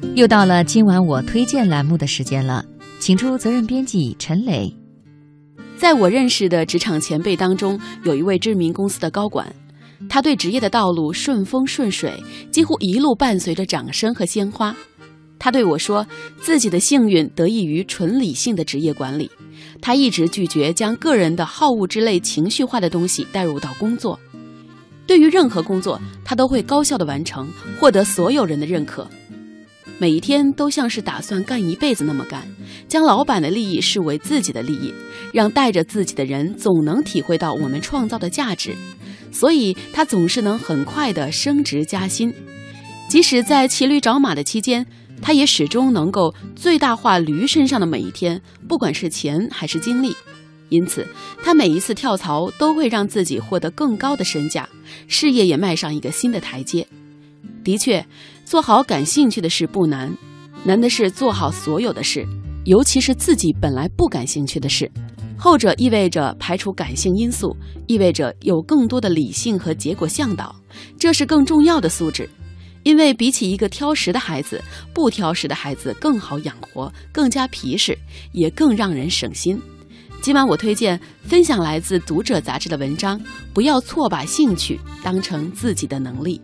又到了今晚我推荐栏目的时间了，请出责任编辑陈磊。 在我认识的职场前辈当中，有一位知名公司的高管，他对职业的道路顺风顺水，几乎一路伴随着掌声和鲜花。他对我说，自己的幸运得益于纯理性的职业管理，他一直拒绝将个人的好恶之类情绪化的东西带入到工作。对于任何工作，他都会高效地完成，获得所有人的认可。每一天都像是打算干一辈子那么干，将老板的利益视为自己的利益，让带着自己的人总能体会到我们创造的价值，所以他总是能很快地升职加薪。即使在骑驴找马的期间，他也始终能够最大化驴身上的每一天，不管是钱还是精力。因此他每一次跳槽都会让自己获得更高的身价，事业也迈上一个新的台阶。的确，做好感兴趣的事不难，难的是做好所有的事，尤其是自己本来不感兴趣的事。后者意味着排除感性因素，意味着有更多的理性和结果向导，这是更重要的素质。因为比起一个挑食的孩子，不挑食的孩子更好养活，更加皮实，也更让人省心。今晚我推荐分享来自《读者》杂志的文章，不要错把兴趣当成自己的能力。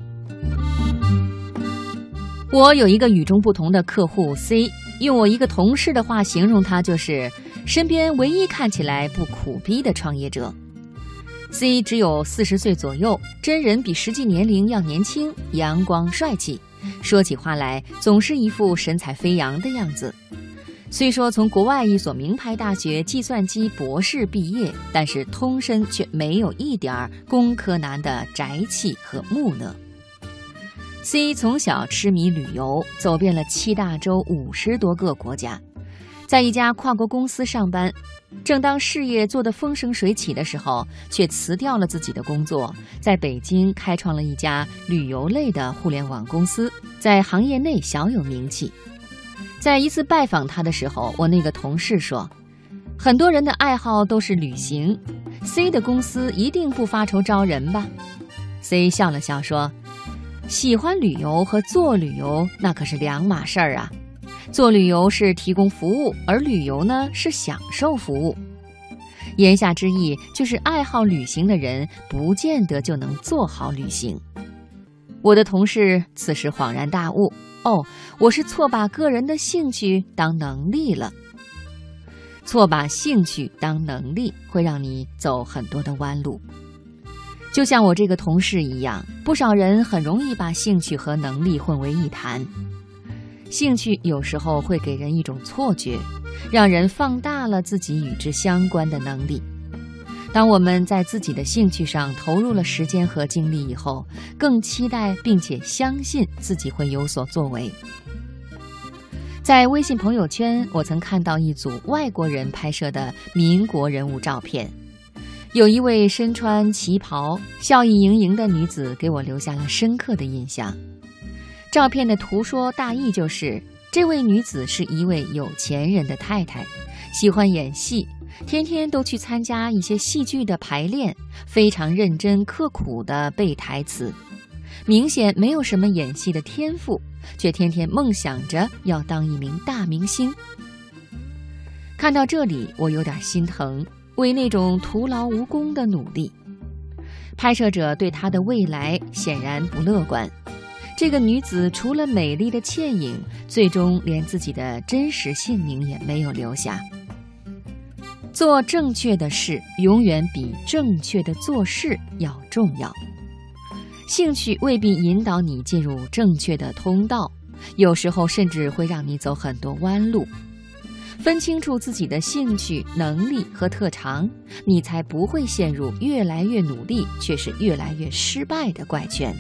我有一个与众不同的客户 C， 用我一个同事的话形容他，就是身边唯一看起来不苦逼的创业者。C 只有40岁左右，真人比实际年龄要年轻，阳光帅气，说起话来总是一副神采飞扬的样子。虽说从国外一所名牌大学计算机博士毕业，但是通身却没有一点工科男的宅气和木讷。C 从小痴迷旅游，走遍了7大洲50多个国家，在一家跨国公司上班。正当事业做得风生水起的时候，却辞掉了自己的工作，在北京开创了一家旅游类的互联网公司，在行业内小有名气。在一次拜访他的时候，我那个同事说，很多人的爱好都是旅行， C 的公司一定不发愁招人吧？ C 笑了笑说，喜欢旅游和做旅游那可是两码事儿啊。做旅游是提供服务，而旅游呢是享受服务。言下之意就是爱好旅行的人不见得就能做好旅行。我的同事此时恍然大悟，我是错把个人的兴趣当能力了。错把兴趣当能力会让你走很多的弯路。就像我这个同事一样，不少人很容易把兴趣和能力混为一谈。兴趣有时候会给人一种错觉，让人放大了自己与之相关的能力。当我们在自己的兴趣上投入了时间和精力以后，更期待并且相信自己会有所作为。在微信朋友圈，我曾看到一组外国人拍摄的民国人物照片，有一位身穿旗袍、笑意盈盈的女子给我留下了深刻的印象。照片的图说大意就是，这位女子是一位有钱人的太太，喜欢演戏，天天都去参加一些戏剧的排练，非常认真刻苦地背台词，明显没有什么演戏的天赋，却天天梦想着要当一名大明星。看到这里，我有点心疼，为那种徒劳无功的努力。拍摄者对她的未来显然不乐观。这个女子除了美丽的倩影，最终连自己的真实姓名也没有留下。做正确的事永远比正确的做事要重要。兴趣未必引导你进入正确的通道，有时候甚至会让你走很多弯路。分清楚自己的兴趣、能力和特长，你才不会陷入越来越努力却是越来越失败的怪圈。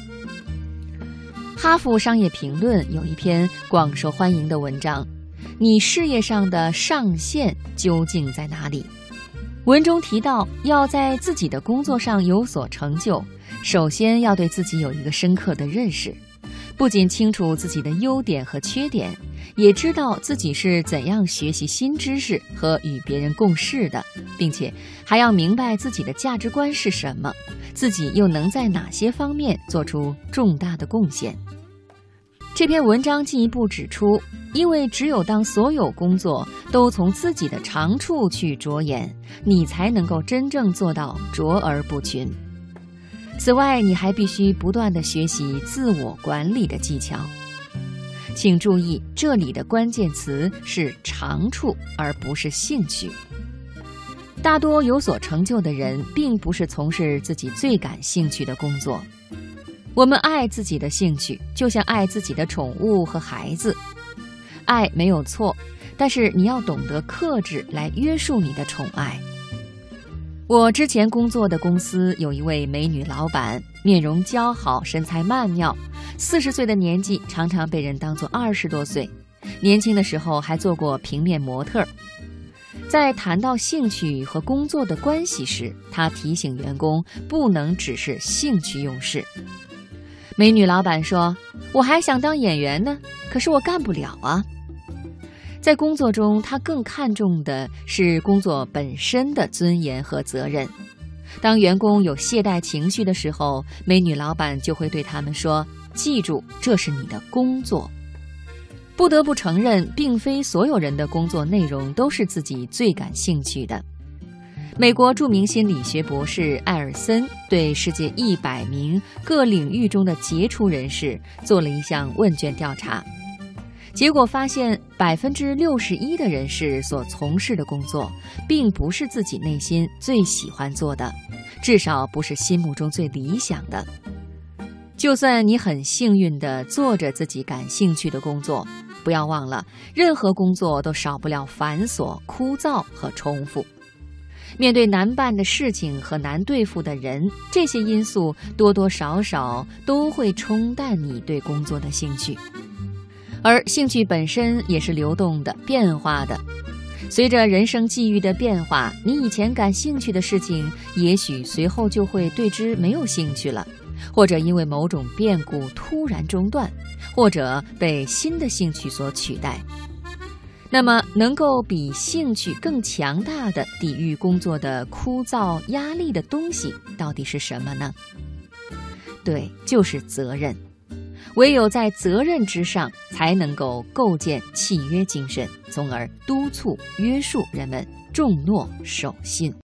哈佛商业评论有一篇广受欢迎的文章，你事业上的上限究竟在哪里？文中提到，要在自己的工作上有所成就，首先要对自己有一个深刻的认识，不仅清楚自己的优点和缺点，也知道自己是怎样学习新知识和与别人共事的，并且还要明白自己的价值观是什么，自己又能在哪些方面做出重大的贡献。 这篇文章进一步指出，因为只有当所有工作都从自己的长处去着眼，你才能够真正做到卓而不群。此外，你还必须不断地学习自我管理的技巧。请注意，这里的关键词是长处，而不是兴趣。大多有所成就的人，并不是从事自己最感兴趣的工作。我们爱自己的兴趣，就像爱自己的宠物和孩子。爱没有错，但是你要懂得克制来约束你的宠爱。我之前工作的公司有一位美女老板，面容姣好，身材曼妙，40岁的年纪常常被人当作20多岁，年轻的时候还做过平面模特。在谈到兴趣和工作的关系时，她提醒员工不能只是兴趣用事。美女老板说，我还想当演员呢，可是我干不了啊。在工作中，她更看重的是工作本身的尊严和责任。当员工有懈怠情绪的时候，美女老板就会对他们说，记住，这是你的工作。不得不承认，并非所有人的工作内容都是自己最感兴趣的。美国著名心理学博士艾尔森对世界100名各领域中的杰出人士做了一项问卷调查，结果发现61%的人士所从事的工作并不是自己内心最喜欢做的，至少不是心目中最理想的。就算你很幸运地做着自己感兴趣的工作，不要忘了，任何工作都少不了繁琐、枯燥和重复。面对难办的事情和难对付的人，这些因素多多少少都会冲淡你对工作的兴趣。而兴趣本身也是流动的、变化的。随着人生际遇的变化，你以前感兴趣的事情，也许随后就会对之没有兴趣了，或者因为某种变故突然中断，或者被新的兴趣所取代。那么，能够比兴趣更强大的抵御工作的枯燥压力的东西，到底是什么呢？对，就是责任。唯有在责任之上，才能够构建契约精神，从而督促约束人们重诺守信。